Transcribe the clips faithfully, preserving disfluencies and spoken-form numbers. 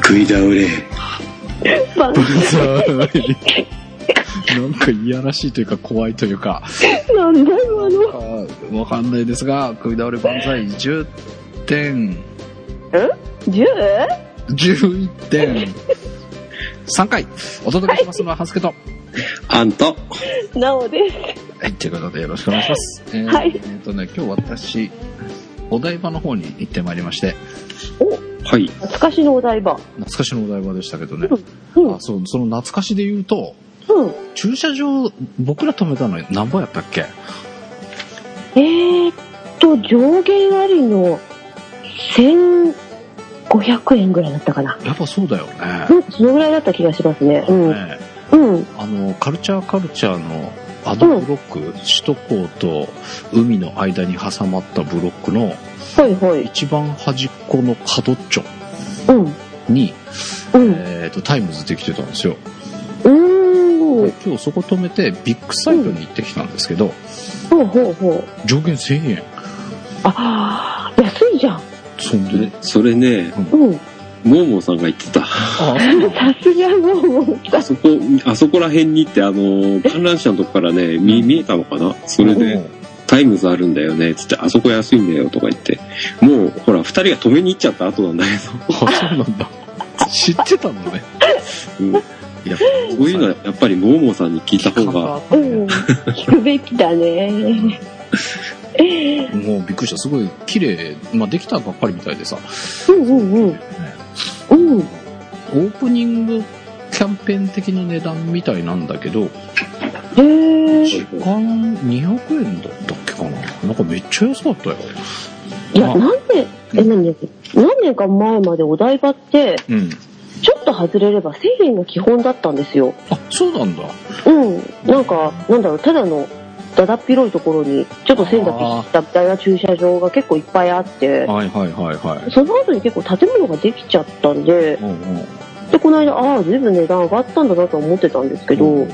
食い倒れ万歳なんかいやらしいというか怖いというかなんだよあのわかんないですが、食い倒れ万歳じゅってんん じゅう? じゅういってんさんかいお届けしますのはハスケとあんとなおです。 はい、ということでよろしくお願いします。えー、 はいえーとね、今日私お台場の方に行ってまいりまして、 お、 はい、 懐かしのお台場。 懐かしのお台場でしたけどね、 うんうん、 あ、そう、その懐かしで言うと、 うん、 駐車場僕ら止めたの何ぼやったっけ？ えーっと上限ありのせんごひゃくえんぐらいだったかな。 やっぱそうだよね。 うん、そのぐらいだった気がしますね。うん、 ね、 うん、 あのカルチャーカルチャーのアドブロック、うん、首都高と海の間に挟まったブロックの、 はいはい、 一番端っこの角っちょに、 うん、 えー、とタイムズできてたんですよ。 うーん、 今日そこ止めてビッグサイトに行ってきたんですけど、 ほうほうほう、 上限せんえん。 ああ、安いじゃん。 そんでそれね、 うん、モーモーさんが言ってた。 さすがモーモーさん。 あそこ、あそこら辺にって、あの、観覧車のとこからね、見、見えたのかな？それで、タイムズあるんだよね、つって、あそこ安いんだよ、とか言って。もう、ほら、二人が止めに行っちゃった後なんだけど。 あ、そうなんだ。知ってたのね。 うん。いや、そういうのはやっぱりモーモーさんに聞いた方が。 うん、聞くべきだね。 もうびっくりした。すごい綺麗、まあ、できたばっかりみたいでさ。 うんうんうん。 ね、 うん。 オープニングキャンペーン的な値段みたいなんだけど、 へー。 時間にひゃくえんだったっけかな。なんかめっちゃ安かったよ。 いや、なんで、え、何年、何年か前までお台場って、うん、ちょっと外れればせんえんが基本だったんですよ。 あ、そうなんだ。 うん。なんか、なんだろう、ただの、だだっ広いところにちょっと線だけ切ったみたいな駐車場が結構いっぱいあって、 はいはいはいはい、 その後に結構建物ができちゃったんで、うんうん、でこの間ああ随分値段上がったんだなと思ってたんですけど、うん、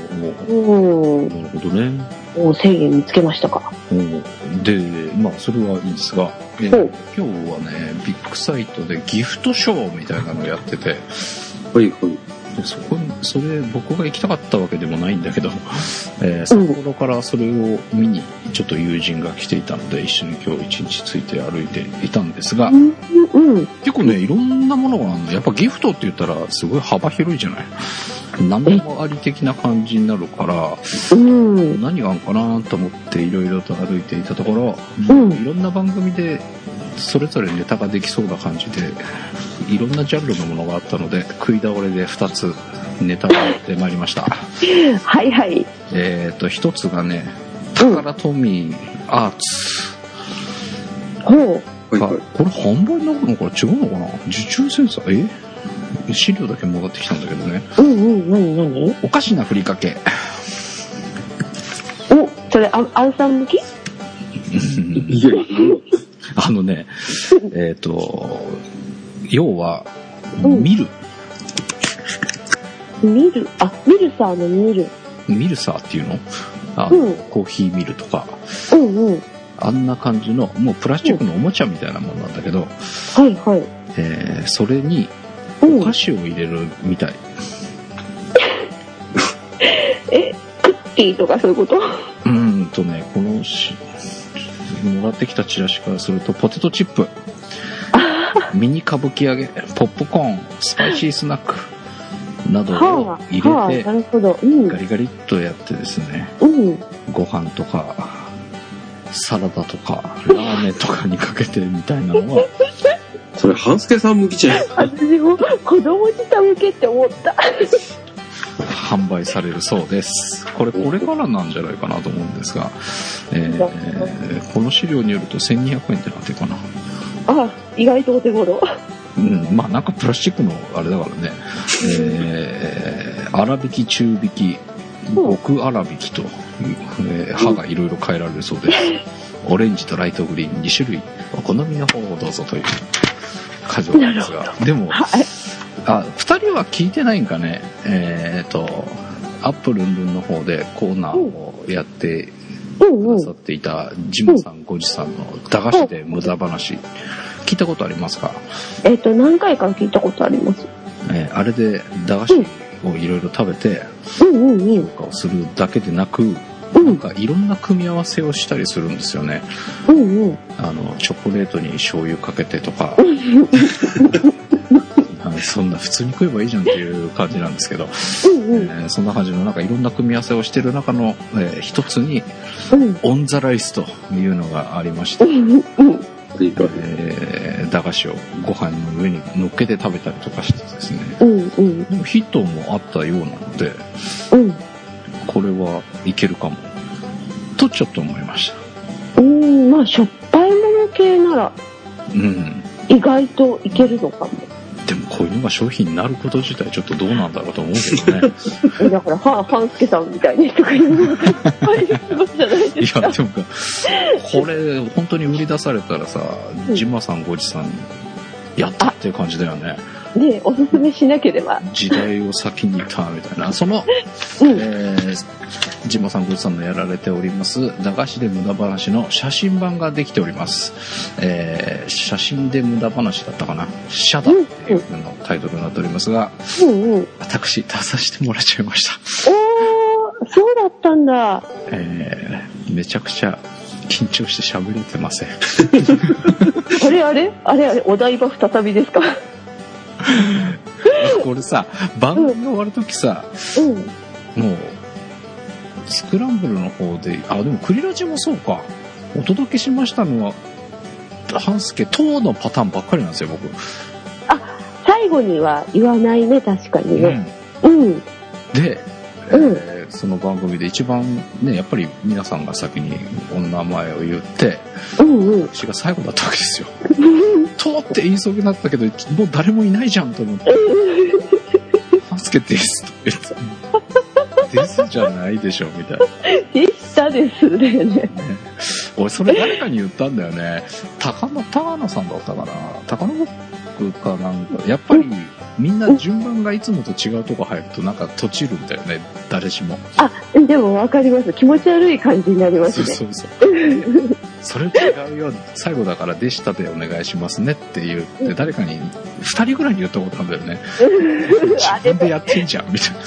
なるほどね。 もうせんえん見つけましたか。 で、まあそれはいいんですが、え今日はねビッグサイトでギフトショーみたいなのをやってて、 はいはい。 そこにそれ僕が行きたかったわけでもないんだけど、えー、札幌からそれを見にちょっと友人が来ていたので一緒に今日一日ついて歩いていたんですが、 うんうん、 結構ねいろんなものがあるの。やっぱギフトって言ったらすごい幅広いじゃない。何でもあり的な感じになるから、うん、何があるかなと思っていろいろと歩いていたところ、うん、いろんな番組でそれぞれネタができそうな感じでいろんなジャンルのものがあったので食い倒れでふたつネタがやってまいりました。 はいはい。 えっとひとつがねタカラトミーアーツ、 うん、ほう、 これ販売になるのか違うのかな。受注センサー、え資料だけ戻ってきたんだけどね。 うんうん、何何？ おかしなふりかけ。 お、それあアンさん向き？ いやあのね、えっと要は、うん、見る見る、あ、ミルサーの見るミルサーっていうの？あ、うん、コーヒーミルとか、 うんうん、 あんな感じのもうプラスチックのおもちゃみたいなものなんだけど、 うん、はいはい、 えー、それにお菓子を入れるみたい、うん、 え、クッキーとかそういうこと？ うーんとね、このしもらってきたチラシからするとポテトチップ、ミニ歌舞伎揚げ、ポップコーン、スパイシースナックなどを入れて、はあはあ、なるほど、うん、ガリガリっとやってですね、うん、ご飯とかサラダとかラーメンとかにかけてみたいなのはそれ半助さん向きじゃん。 私も子供舌向けって思った販売されるそうです。これこれからなんじゃないかなと思うんですが、えー、この資料によるとせんにひゃくえんってなってるかな。 あ、意外とお手頃。 うん、まあなんかプラスチックのあれだからね、えー、粗挽き中挽き極粗挽きと、えー、刃がいろいろ変えられるそうです。オレンジとライトグリーンに種類お好みの方をどうぞという箇条なんですが、でも、はい、あ、ふたりは聞いてないんかね。えーとアップルンルンの方でコーナーをやってくださっていたジモさんごじさんの駄菓子で無駄話、聞いたことありますか？ えっと何回か聞いたことあります。 えー、あれで駄菓子をいろいろ食べて評価をするだけでなく、なんかいろんな組み合わせをしたりするんですよね。 うんうん、 あのチョコレートに醤油かけてとかそんな普通に食えばいいじゃんっていう感じなんですけど、うんうん、えー、そんな感じのなんかいろんな組み合わせをしている中の、えー、一つに、うん、オンザライスというのがありまして、うんうん、えー、駄菓子をご飯の上に乗っけて食べたりとかしてですね、うんうん、でもヒットもあったようなので、うん、これはいけるかもとちょっと思いました。 うん、まあしょっぱいもの系なら、うん、意外といけるのかも。 でもこういうのが商品になること自体ちょっとどうなんだろうと思うけどね。 だからは半助さんみたいな人がいるのがいるってことじゃないですか。いやでもこれ本当に売り出されたらさ、うん、ジマさんごじさんやったっていう感じだよね。 ねえ、おすすめしなければ。 時代を先に行ったみたいな。その、うん、えー、ジマさんごじさんのやられております駄菓子で無駄話の写真版ができております。えー、写真で無駄話だったかな、シャダっていうのタイトルになっておりますが、うんうん、私出させてもらっちゃいました。 おー、そうだったんだ。 えー、めちゃくちゃ緊張して喋れてません。 あれあれあれあれ、お台場再びですか？ これさ、番組が終わるときさ、うん、もうスクランブルの方で、あ、でもクリラジもそうか、お届けしましたのは半助等のパターンばっかりなんですよ僕。あ、 最後には言わないね、確かにね。うん、うん、 で、うん、えー、その番組で一番ね、やっぱり皆さんが先にお名前を言って、うんうん、私が最後だったわけですよ。とって言いそうになったけど、もう誰もいないじゃんと思って、助けてですと言って、ですじゃないでしょみたいな。 でしたですね。ね、 俺それ誰かに言ったんだよね。高野高野さんだったかな。高野僕かなんか、やっぱりみんな順番がいつもと違うとこ入るとなんか閉じるんだよね、誰しも。 あ、でも分かります。気持ち悪い感じになりますね。そうそうそう。 それ違うよ、最後だからでしたでお願いしますねって言って誰かにふたりぐらいに言ったことあるんだよね。自分でやってんじゃんみたいな。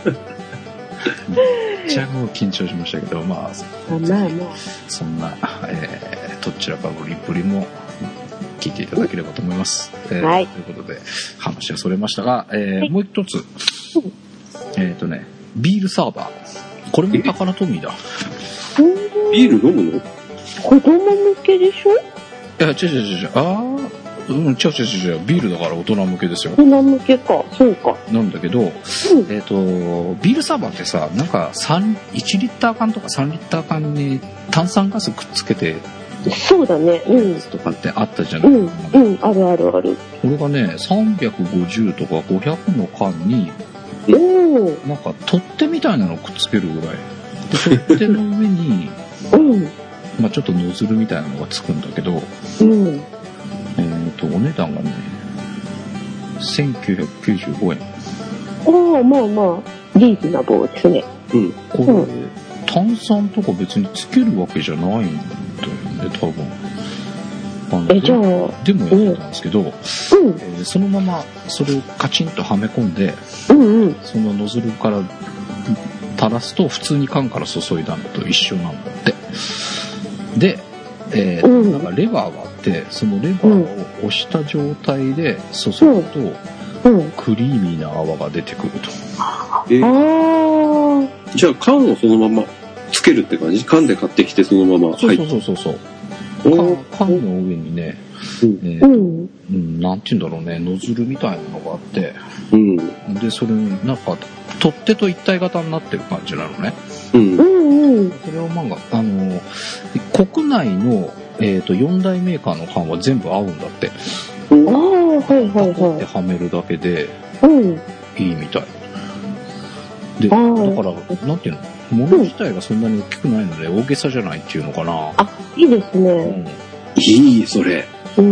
めっちゃもう緊張しましたけど、まあ、まあまあ、そんな、えー、どちらかぶりっぷりも聞いていただければと思います。えーはい、ということで話はそれましたが、えーはい、もう一つ、えっとね、ビールサーバー、これもタカラトミーだ。 ビール飲むの？ 子供向けでしょ？いや、違う違う違う、あー、うん、違う違う違う、ビールだから大人向けですよ。 大人向けか、そうか。 なんだけど、うん、えっと、ビールサーバーってさ、なんかいちリッター缶とかさんリッター缶に炭酸ガスくっつけて、 そうだね、うん。 とかってあったじゃない、 うん、うん、あるあるある。 これがね、さんびゃくごじゅうとかごひゃくの缶に、なんか取っ手みたいなのをくっつけるぐらい。で、取っ手の上に、うん、まあちょっとノズルみたいなのがつくんだけど、うん、えっと、お値段がね、せんきゅうひゃくきゅうじゅうごえん。 ああ、まあまあ、リーズナブルですね。 うん。これ、うん、炭酸とか別につけるわけじゃないんだよね、多分。あのえ、じゃあ、でもやってたんですけど、うんえー、そのままそれをカチンとはめ込んで、うんうん、そのノズルから垂らすと普通に缶から注いだのと一緒なんだって。で、えーうん、なんかレバーがあって、そのレバーを押した状態で注ぐと、うんうん、クリーミーな泡が出てくると。 えー、じゃあ缶をそのままつけるって感じ？缶で買ってきてそのまま入って。 そうそうそうそう。缶, 缶の上にね、うんえーうんうん、なんて言うんだろうね、ノズルみたいなのがあって、うん、でそれなんか取っ手と一体型になってる感じなのね。うんうん、それをまああの国内の、えー、とよん大メーカーの缶は全部合うんだって。ああはいはいはい。ではめるだけで、うん、いいみたい。でだからなんていうの。物自体がそんなに大きくないので大げさじゃないっていうのかな。 あ、いいですね。うん、 いいそれ。うん。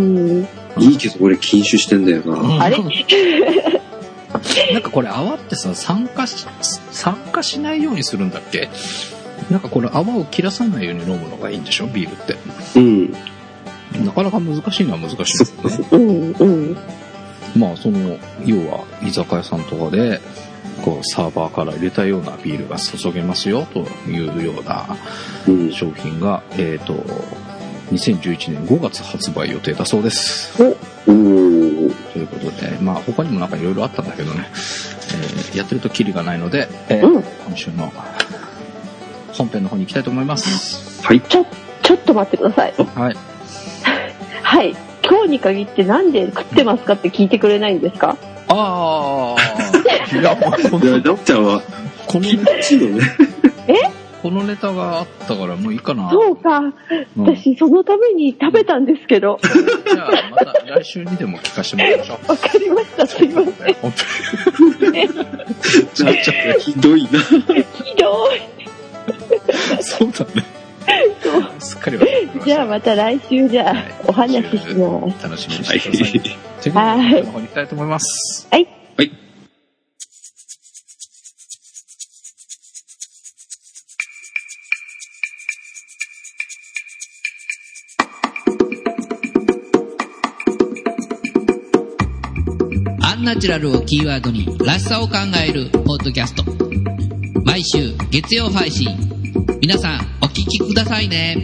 いいけど俺禁酒してんだよな。うん、あれ？ なんかこれ泡ってさ酸化し酸化しないようにするんだっけ？なんかこれ泡を切らさないように飲むのがいいんでしょビールって。うん。なかなか難しいのは難しいですね。うんうん。 まあその要は居酒屋さんとかでこうサーバーから入れたようなビールが注げますよというような商品が、うん、えっ、ー、とにせんじゅういちねんごがつ発売予定だそうです。おということで、まあ他にもなんかいろいろあったんだけどね、えー、やってるとキリがないので、えーうん、今週の本編の方に行きたいと思います。 はい。ちょちょっと待ってください。 はい。 はい。今日に限ってなんで食ってますかって聞いてくれないんですか？ ああ。いや、もう、いや、ダッちゃんは、このネタ、 えこのネタがあったからもういいかな。 そうか。うん、私、そのために食べたんですけど。 じゃあ、また来週にでも聞かせてもらいましょう。 わかりました。すいません。 本当に。じゃあ、ちょっとひどいな。 ひどい。 そうだね。すっかり忘れてました。 じゃあまた来週じゃあ、はい、お話しします。 楽しみにしてください。次の方に行きたいと思います。 はい。 はい。 アンナチュラルをキーワードにらしさを考えるポッドキャスト。毎週月曜配信。皆さんお聞きくださいね。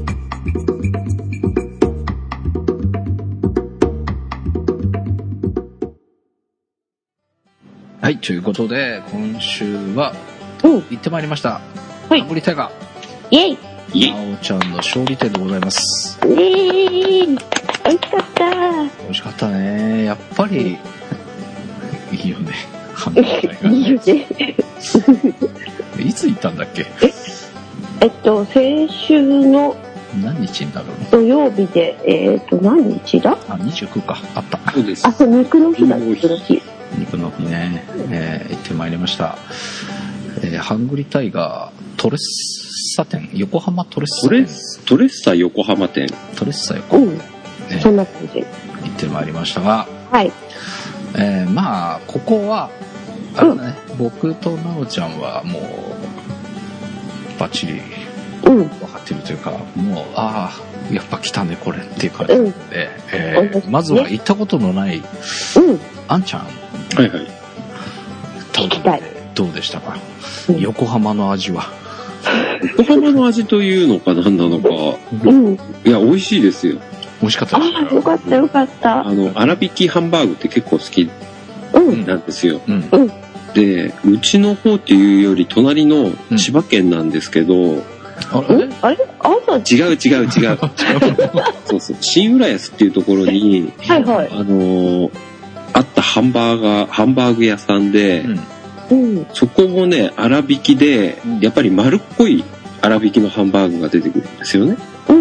はい、ということで今週は行ってまいりました。はい。ハングリータイガー。イェイ。 イェイ。 なおちゃんの勝利点でございます。 イェイ。美味しかった。 美味しかったね。やっぱり、うん、いいよね。ハングリータイガー。 いいよね。 いつ行ったんだっけ？ ええっと、先週の何日になるの？ 土曜日で、えっと、何日だ？ あ、にじゅうくか。あった。 そうです。 あ、そう、肉の日だ、肉の日。 肉の日ね、えー、行ってまいりました。えー、ハングリータイガートレッサ店、横浜トレッサ店。 トレッサ横浜店。 トレッサ横浜。うん。 ね、そんな感じ。 行ってまいりましたが、 はい。 えー、まあ、ここは、あれだね、うん、僕となおちゃんはもう、バッチリ分かってるというか、うん、もうああやっぱ来たねこれっていう感じで、うんえーね、まずは行ったことのない、うん、あんちゃん、 はいはい、 聞きたい。 どうでしたか、うん、横浜の味は。 横浜の味というのか何なのか、うん、いや美味しいですよ。 美味しかったですよ。あよかったよかった。 あの粗挽きハンバーグって結構好きなんですよ。うんうんで、うちの方っていうより隣の千葉県なんですけど、うん、 あれあれあんた違う違う違う。そうそう。新浦安っていうところに、 はいはい。 あのー、あったハンバーガー、ハンバーグ屋さんで、うん、そこもね、粗挽きで、やっぱり丸っこい粗挽きのハンバーグが出てくるんですよね。 うんうん、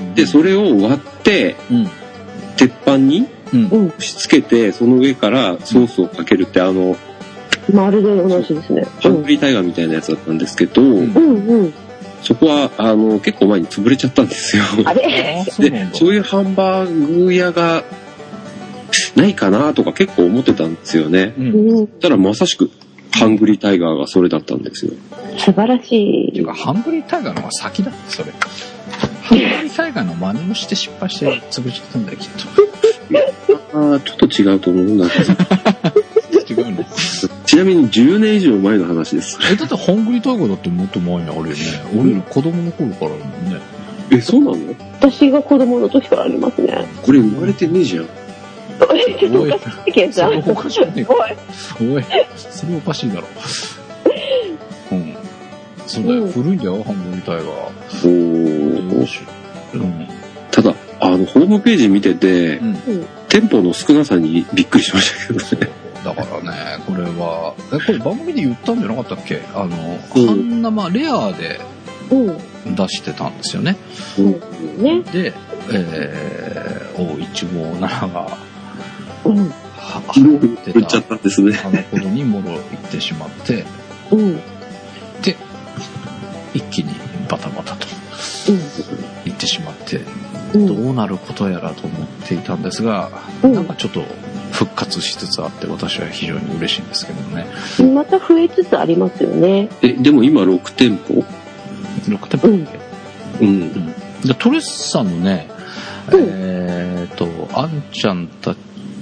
で、それを割って、うん、鉄板に押し付けて、その上からソースをかけるって、あの、 まるで同じですね。 ハングリータイガーみたいなやつだったんですけど、 うんうん、 そこはあの結構前に潰れちゃったんですよ。 あれで、そういうハンバーグ屋がないかなとか結構思ってたんですよね。うん、ただまさしくハングリータイガーがそれだったんですよ。 素晴らしい。 っていうかハングリータイガーの方が先だってそれ。ハングリータイガーの真似をして失敗して潰しちゃったんだよきっと。あちょっと違うと思うんだけど。 違うね。 ちなみにじゅうねん以上前の話です。 え、だってハングリータイガーだってもっと前にあるよね。俺ら子供の頃からだもんね。 え、そうなの？ 私が子供の時からありますね。 これ生まれてねえじゃん。 え、ちょっとおかしいけどさ。 それおかしいね。おい。おい。それおかしいだろ。うん。そうだよ。うん、古いんだよ、ハングリータイガー。 おー。うん。ただ、あの、ホームページ見てて、うん、店舗の少なさにびっくりしましたけどね。 だからね、これは、え、これ番組で言ったんじゃなかったっけ？あの、うん、半生レアで出してたんですよね。 うんね、 で、えー、おいちごななが、 うん、 は、入ってた。 売っちゃったんですね。 あの頃にもろ行ってしまって、 うん、 で、一気にバタバタと行ってしまって、うん、どうなることやらと思っていたんですが、うん、なんかちょっと、復活しつつあって私は非常に嬉しいんですけどね。 また増えつつありますよね。 え、でも今ろく店舗？ ろく店舗だっけ？ うん。うん、 でトレスさんのね、うん、えっとあんちゃんた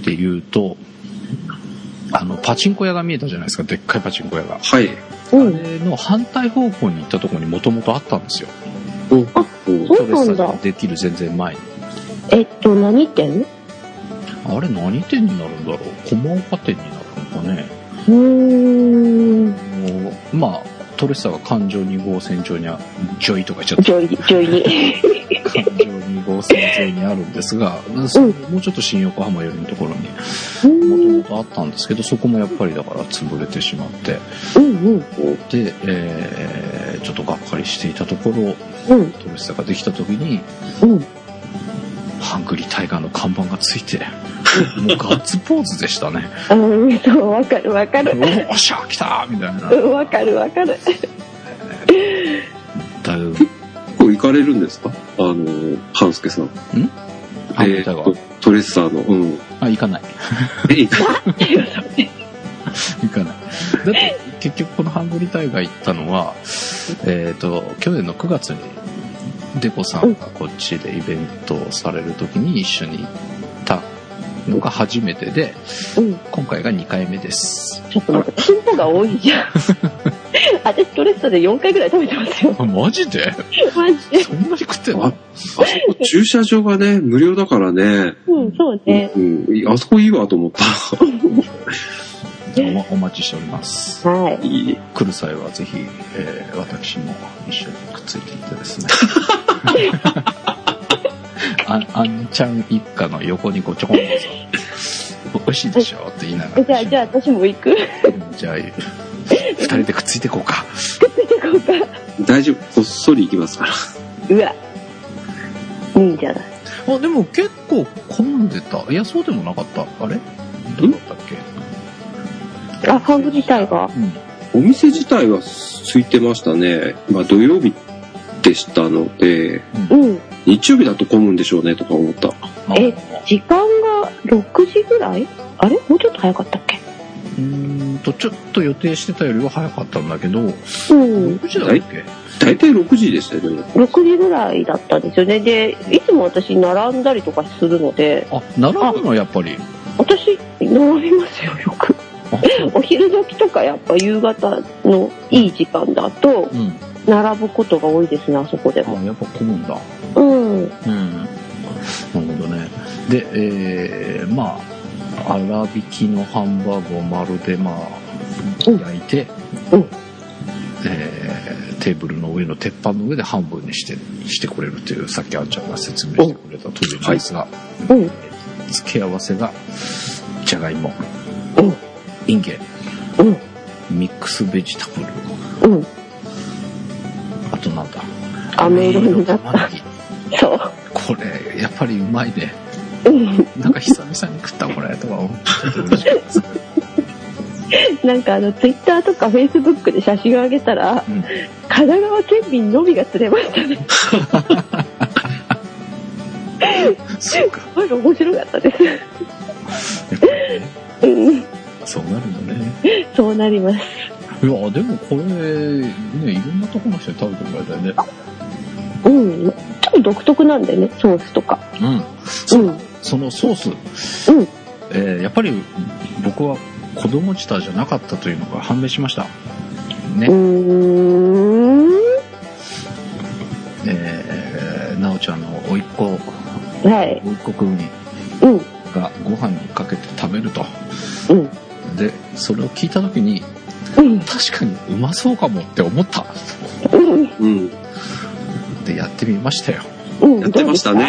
で言うと、あの、パチンコ屋が見えたじゃないですか、でっかいパチンコ屋が。 はい。 あれの反対方向に行ったところにもともとあったんですよ。 あ、そうなんだ。 できる全然前に。 えっと、何店？ あれ何店になるんだろう。駒岡店になるのかね。 うーん。 まあ、トレッサーが環状に号線上にあ、ジョイとか言っちゃった。 ジョイ、ジョイに。 環状に号線上にあるんですが、うん、もうちょっと新横浜寄りのところにもともとあったんですけど、そこもやっぱりだから潰れてしまって、 うんうん、 で、えー、ちょっとがっかりしていたところ、うん、トレッサーができた時に、うん、ハングリータイガーの看板がついて、もうガッツポーズでしたね。 うん、そう、わかるわかる。 おーしゃ来たみたいな。 うん、わかるわかる。 だいぶ結構行かれるんですか、あの半助さん。ん？ ハングリータイガー、 えー、トレッサーの。うん。 あ、行かない。 え、行かない。 行かない。だって結局このハングリータイガー行ったのは、えっと去年のくがつにデコさんがこっちでイベントをされる時に一緒に行ったのが初めてで、うん、今回がにかいめです。 ちょっと待って、進歩が多いじゃん。私トレッサでよんかいぐらい食べてますよ。 マジで？ マジで。 そんなに食ってんの？ あ, あそこ駐車場がね無料だからね。 うん、そうね。 うん、あそこいいわと思った。 お, お待ちしております。 はい。 来る際はぜひ、えー、私も一緒にくっついていってですね。あ, あんちゃん一家の横にこうちょこんと美味しいでしょって言いながら。 じゃあじゃあ私も行く。 じゃあ二人でくっついていこうか。 くっついていこうか。 大丈夫、こっそり行きますから。 うわ、いいじゃない。 あ、でも結構混んでた。いや、そうでもなかった。あれどうだったっけ？ あ、ハングリータイガー。 うん、お店自体は空いてましたね。まあ土曜日でしたので、うん、日曜日だと混むんでしょうねとか思った。 え、時間がろくじぐらい？あれ？もうちょっと早かったっけ？ うーんとちょっと予定してたよりは早かったんだけど、うん、ろくじだっけ？ だいたいろくじでしたよね。 ろくじぐらいだったんですよね。で、いつも私並んだりとかするので。 あ、並ぶのやっぱり。 私並びますよ、よく。お昼時とかやっぱ夕方のいい時間だと並ぶことが多いですね、あそこでも。 あ、やっぱ混むんだ。 うん。うん。 なるほどね。で、えー、まあ粗挽きのハンバーグをまるでまあ焼いて、うんうん、えー、テーブルの上の鉄板の上で半分にしてしてくれるという、さっきあんちゃんが説明してくれたというんですが、うん、付け合わせがじゃがいも、うん、インゲン、うん、ミックスベジタブル、うん、あとなんだ、 飴色になった。そう。 これやっぱりうまいね。なんか久々に食ったこれとか思って嬉しかったです。 なんかあのツイッターとかフェイスブックで写真を上げたら、うん、神奈川県民のみが釣れましたね。 そうか。 すごい面白かったです。 やっぱりね、うん、そうなるのね。 そうなります。 いやでもこれね、いろんなところの人に食べてもらいたいね。 うん、ちょっと独特なんでね、ソースとか。 うん。そう、うん、そのソース、うん、えー、やっぱり僕は子供舌じゃなかったというのが判明しました。ね。うーん。えー、なおちゃんの甥っ子、はい、甥っ子くんがご飯にかけて食べると。うん。で、それを聞いたときに、うん、確かにうまそうかもって思った。うん。うん。で、やってみましたよ。 うん、 やってましたね。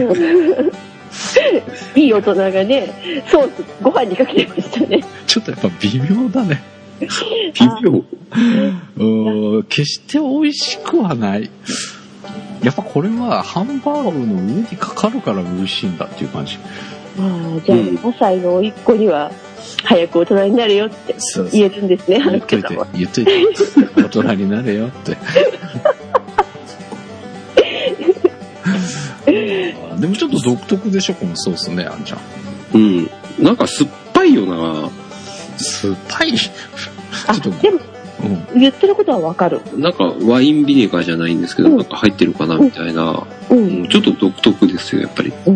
いい大人がね、ソースご飯にかけてましたね。 ちょっとやっぱ微妙だね。 微妙。 うん、決して美味しくはない。やっぱこれはハンバーグの上にかかるから美味しいんだっていう感じ。 ああ、じゃあごさいの甥っ子には早く大人になれよって言えるんですね。 言っといて、言っといて、大人になれよって。でもちょっと独特でしょこのソースね、あんちゃん。 うん。なんか酸っぱいよな。 酸っぱい。ちょっとでも、うん、言ってることはわかる。 なんかワインビネガーじゃないんですけど、うん、なんか入ってるかなみたいな、うんうん、ちょっと独特ですよやっぱり。うん、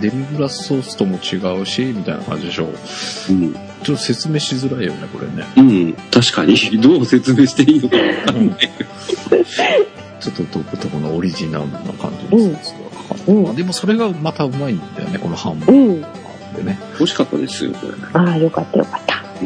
デミグラスソースとも違うしみたいな感じでしょ。うん。ちょっと説明しづらいよねこれね。 うん、確かにどう説明していいのかわかんない。 ちょっと独特のオリジナルな感じのソースがかかる、うん、でもそれがまたうまいんだよねこのハンバーグ、うん、でね。 美味しかったですよこれ。 ああよかったよかった。 うん、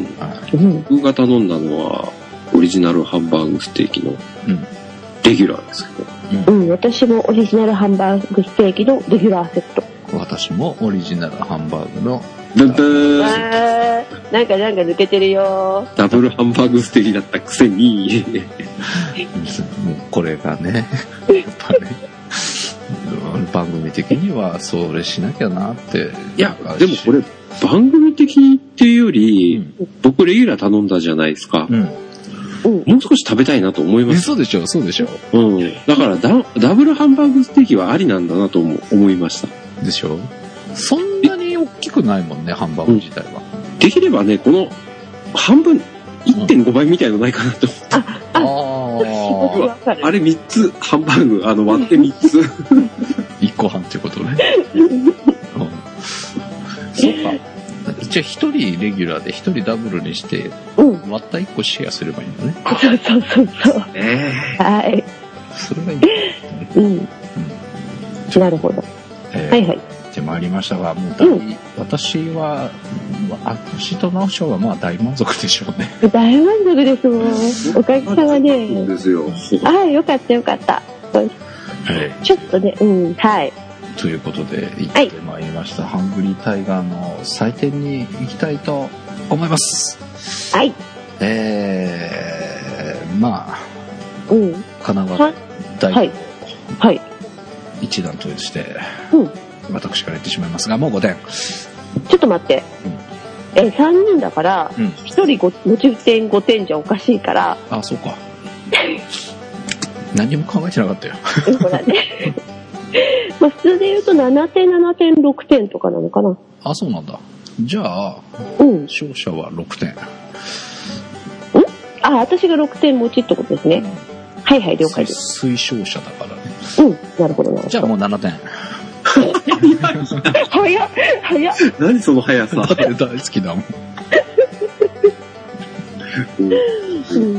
僕が頼んだのはオリジナルハンバーグステーキのレギュラーですけど、うんうん、私もオリジナルハンバーグステーキのレギュラーセット。 私もオリジナルハンバーグのブンブーン。 なんかなんか抜けてるよ。 ダブルハンバーグステーキだったくせにもうこれがねやっぱね番組的にはそれしなきゃなって。 いやでもこれ番組的っていうより、うん、僕レギュラー頼んだじゃないですか、うん、もう少し食べたいなと思います。 そうでしょそうでしょ、 うん、だから ダ, ダブルハンバーグステーキはありなんだなと思いました。 でしょ。そんなに大きくないもんねハンバーグ自体は、 うん、できればねこの半分 いってんご 倍みたいのないかなと、うん、 ああああれみっつハンバーグあの割ってみっついっこはんってことね、うん、そうか。じゃあひとりレギュラーでひとりダブルにして、うん、割ったいっこシェアすればいいのね。 そうそうそうそう、えー、はいそれがいいね、 うん、うん、なるほど、えー、はいはい。 ってまいりましたが、もう大、うん、私は私と直章はまあ大満足でしょうね。 大満足ですもん。おかげさまで。 そうですよ。 ああよかったよかった。はい、ちょっとねうんはい。 ということで行ってまいりました、はい、ハングリータイガーの祭典に行きたいと思います。 はい。 えー、まあ、うん、神奈川大はいはい一段として。 うん。 私から言ってしまいますがもうごてん。 ちょっと待って、うん、えさんにんだから、うん、ひとりごじゅってんごてんじゃおかしいから。 あそうか何も考えてなかったよほらねまあ普通で言うとななてんななてんろくてんとかなのかな。 あそうなんだ。じゃあ、うん、勝者はろくてん。んあ私がろくてん持ちってことですね、うん、はいはい了解です。 推奨者だからね。 うんなるほどなるほど。 じゃあもうななてん早っ早っ。 何その速さ。 だって大好きだもん、 うん、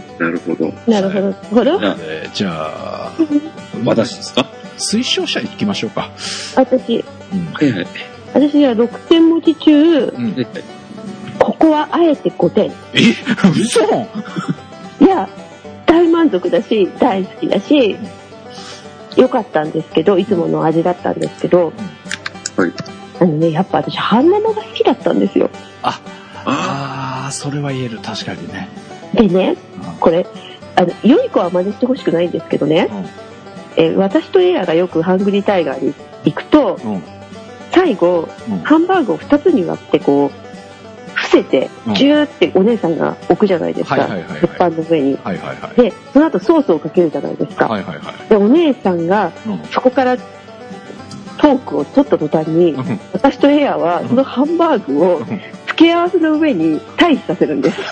なるほどなるほどほど。 えー、じゃあ私ですか。 推奨者行きましょうか。 私、 うん、はいはい。 私はろくてん持ち中、うん、ここはあえてごてん。 え嘘いや大満足だし大好きだし良かったんですけどいつもの味だったんですけど、 はい、 あのねやっぱ私半生が好きだったんですよ。 ああそれは言える確かにね。 でね、うん、これあの良い子は真似してほしくないんですけどね、うん、え私とエアがよくハングリータイガーに行くと、うん、最後、うん、ハンバーグをふたつに割ってこう伏せてジューってお姉さんが置くじゃないですか、鉄板の上に、はいはいはい、でその後ソースをかけるじゃないですか、はいはいはい、でお姉さんがそこからトークを取った途端に、うん、私とエアはそのハンバーグを付け合わせの上に退避させるんです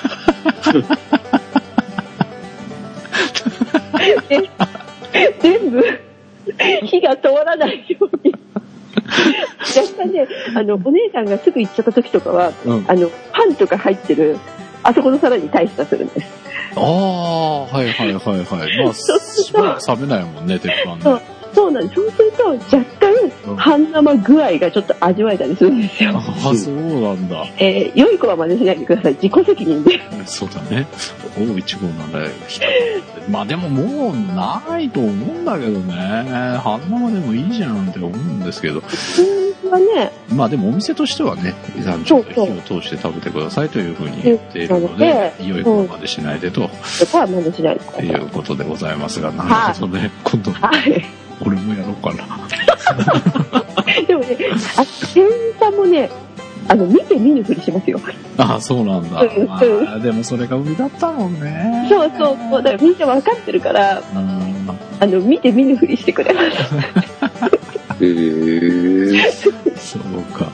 で全部火が通らないように若干ねあのお姉さんがすぐ行っちゃった時とかは、うん、あのパンとか入ってるあそこの皿に退避させるんです。 ああはいはいはいはいまあしばらく冷めないもんね鉄板ね。そうそうなんです。そうすると若干半生具合がちょっと味わえたりするんですよ。 ああそうなんだ。 えー、良い子は真似しないでください。自己責任で。 そうだね。おいちごなんだよ。まあでももうないと思うんだけどね。半生でもいいじゃんって思うんですけど。 はね、 まあでもお店としてはね、ちょっと火を通して食べてくださいというふうに言っているので、良い子は真似しないでと。 そこは真似しないでください。 ということでございますが、なるほどね。今度。はい。俺もやろうかなでもねあ店員さんもねあの見て見ぬふりしますよ。 ああそうなんだ、まあ、でもそれが売りだったもんね。 そうそうそうだからみんな分かってるからあの見て見ぬふりしてくれますへえー、 そうか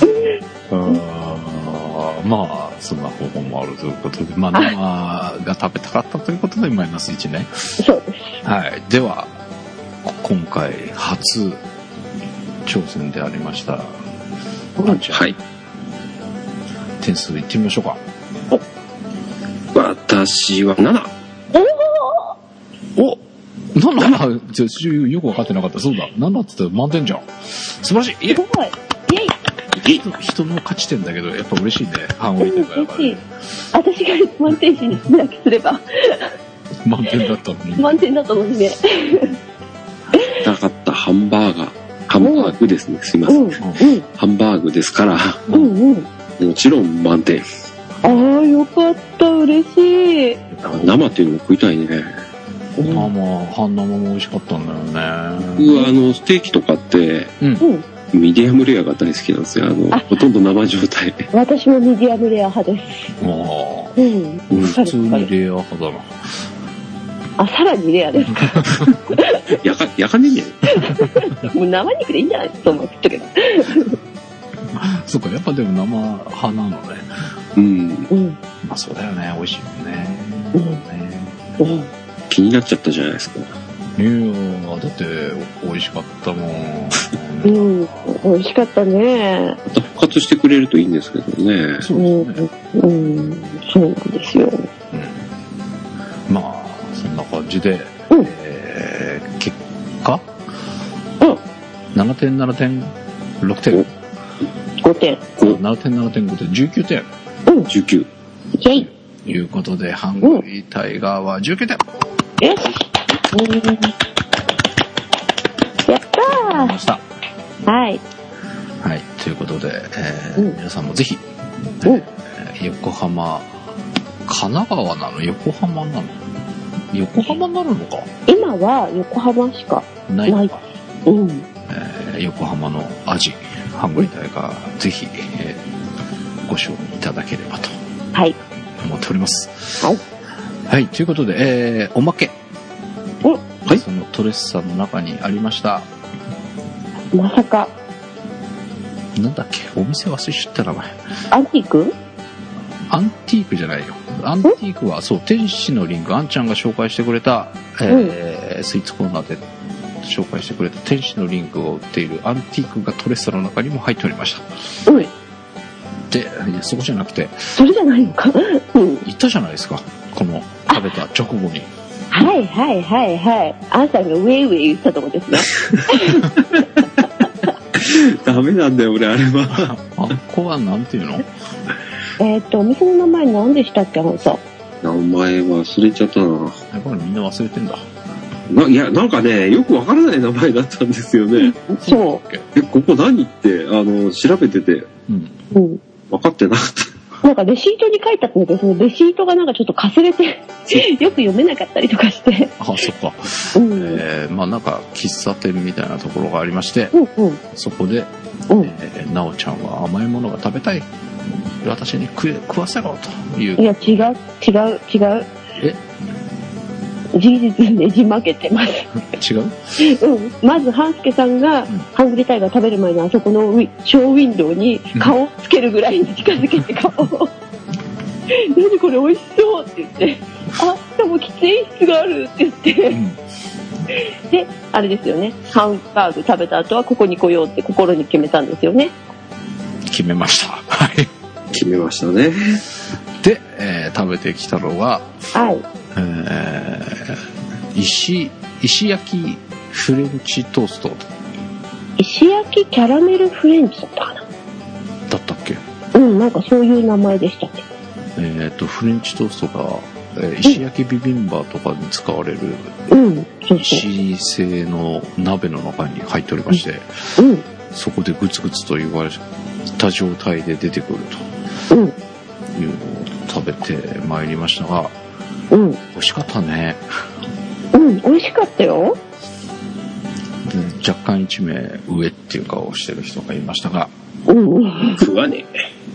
あまあそんな方法もあるということでまあ生が食べたかったということでマイナスいちね。 そうです。 はいでは今回初挑戦でありましたあんちゃん。 はい。 点数いってみましょうか。 私はなな。 おお !なな? じゃよく分かってなかった。そうだ。ななって言ったら満点じゃん。素晴らしい。いえ。 すごい。イェイ。 人, 人の勝ち点だけど、やっぱ嬉しいね。ハングリータイガーだからね。 私が満点紙にだけすれば。 満点だったのに。 満点だったのにね。 なかったハンバーガー。ハンバーグですね。すいません。 うんうん、 ハンバーグですから、 うんうん、 もちろん満点。 ああ、よかった。嬉しい。 生っていうのも食いたいね。 生、半生も美味しかったんだよね。 僕はあの、ステーキとかって、 うん。 ミディアムレアが大好きなんですよ。あの、あほとんど生状態。 私もミディアムレア派です。 ああ。うん。普通にレア派だな。 あ、さらにレアですか。 やか、やかねえんじゃん。 もう生肉でいいんじゃないと思ったけど。 そっか、やっぱでも生派なのね。 うん。 うん。 まあそうだよね。美味しいよね。 うんねうん。 気になっちゃったじゃないですか。 いやだって美味しかったもん。 うん、美味しかったね。 また復活してくれるといいんですけどね。 そうですね。 うん、うん、そうなんですよ。 うん、まあそんな感じで、 うん、 えー、結果、 うん、 ななてんななてんろくてん、 ごてん、 ななてんななてんごてんじゅうきゅうてん、 うん、 じゅうきゅう。 イェイ。 ということでハングリータイガーはじゅうきゅうてん。 よし。うん、やったー。 ました。 はい。 はい、ということで、えーうん、 皆さんもぜひ、 うんえー、横浜、神奈川なの横浜なの横浜になるのか今は横浜しかないない。うん。 えー、横浜の味、ハングリータイガー、ぜひ、えー、ご賞味いただければとはい。 思っております。 はい。 はい、ということで、えー、おまけ。 お、 はい。そのトレッサの中にありました。 まさか。 なんだっけお店忘れちゃった名前。 アンティーク？ アンティークじゃないよ。アンティークは、そう、天使のリング、あんちゃんが紹介してくれた、えーうん、スイーツコーナーで紹介してくれた天使のリングを売っているアンティークがトレッサの中にも入っておりました。 うん。 で、いやそこじゃなくて、 それじゃないのか。うん。 言ったじゃないですか。この、食べた直後に。 はいはいはいはい。あんさんがウェイウェイ言ったとこですね。 ダメなんだよ、俺、あれは。 あっこはなんていうの？ えっと、お店の名前何でしたっけ、あんさん。 名前忘れちゃったな。 やっぱりみんな忘れてんだ。 な、いや、なんかね、よくわからない名前だったんですよね。 そう。 え、ここ何って、あの、調べてて、 うん。 うん。 分かってなかった。 なんかレシートに書いてあったんだけど、そのレシートがなんかちょっとかすれて、よく読めなかったりとかして。 あ、そっか。 うん。 えー、まあなんか喫茶店みたいなところがありまして、 うんうん。 そこで、 うん。 えー、なおちゃんは甘いものが食べたい。私に食え、食わせろという。 いや、違う、違う、違う。 え事実ねじ曲げてます。 違う？ うん。まず、半助さんが、 うん、 ハングリータイガー食べる前にあそこのウィショーウィンドウに顔をつけるぐらいに近づけて顔を。何これ美味しそうって言って、あ、でも喫煙室があるって言って、うん、で、あれですよね、ハンバーグ食べた後はここに来ようって心に決めたんですよね。 決めました。はい。 決めましたね。 で、えー、食べてきたのは、 はい。 えー、石、石焼きフレンチトースト。 石焼きキャラメルフレンチだったかな。 だったっけ？ うん、なんかそういう名前でしたね。 えっと、フレンチトーストが、えー、石焼きビビンバとかに使われる、 うん、そうそう。 石製の鍋の中に入っておりまして、 うん、 そこでグツグツと言われた状態で出てくると、うん、いうのを食べてまいりましたが、うん、美味しかったね。 うん、美味しかったよ。 若干一名上っていう顔をしてる人がいましたが、 うん、 食わね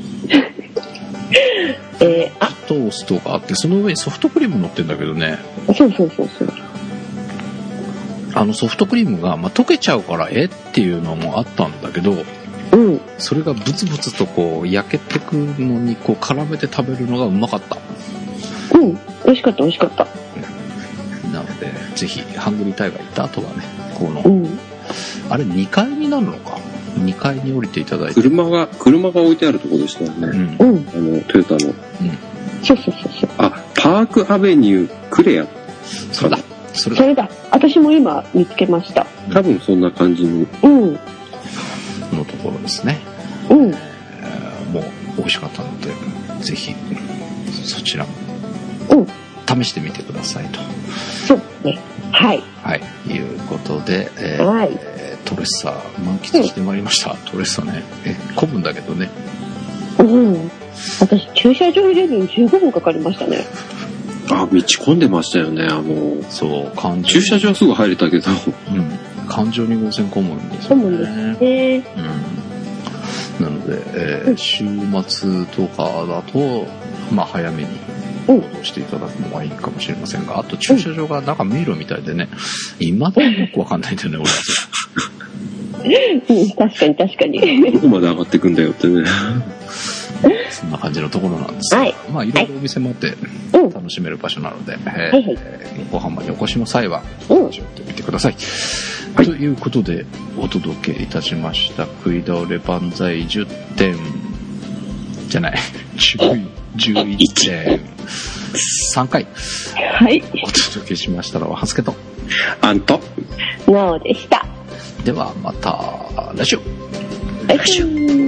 え。えー、あ、 トーストがあってその上にソフトクリーム乗ってんだけどね。 そうそうそうそう。 あのソフトクリームが、まあ、溶けちゃうからえっていうのもあったんだけど、 うん、 それがブツブツとこう焼けてくのにこう絡めて食べるのがうまかった。 うん、美味しかった美味しかった。 なのでぜひハングリータイガー行った後はね、この、 うん、 あれにかいになるのか。 にかいに降りていただいて。 車が、車が置いてあるところでしたよね。 うん。 あの、トヨタの。うん。 そうそうそうそう。 あ、パークアベニュークレア。 それだ。 それだ。それだ。私も今見つけました。 多分そんな感じの。 うん。のところですね。 うん。 えー、もう美味しかったので、ぜひ、そちらも。うん。試してみてくださいと。 そうですね。はい。 はい。いうことで、えー、 はい。 トレッサー満喫してまいりました。うん、トレッサーね。え、混むんだけどね。 うん。私、駐車場入れるのにじゅうごふんかかりましたね。 あ、道混んでましたよね。あの、 そう、環状。 駐車場はすぐ入れたけど。 うん。環状に号線混むんですよね。混むんですね。 うん。なので、えー、週末とかだと、まあ早めに行動していただくのがいいかもしれませんが、あと駐車場がなんか迷路みたいでね、今でもよくわかんないんだよね、 俺。うん、確かに確かに。 どこまで上がってくんだよってね。 そんな感じのところなんですが、はい、まあいろいろお店もあって楽しめる場所なので、はいえーはいはい、横浜にお越しの際は立ち寄ってみてください。はい、ということでお届けいたしました食い倒れ万歳じゅってんじゃないじゅういってんさんかい、 はい、 お届けしましたのはハスケとアンとノーでした。 ではまた来週来週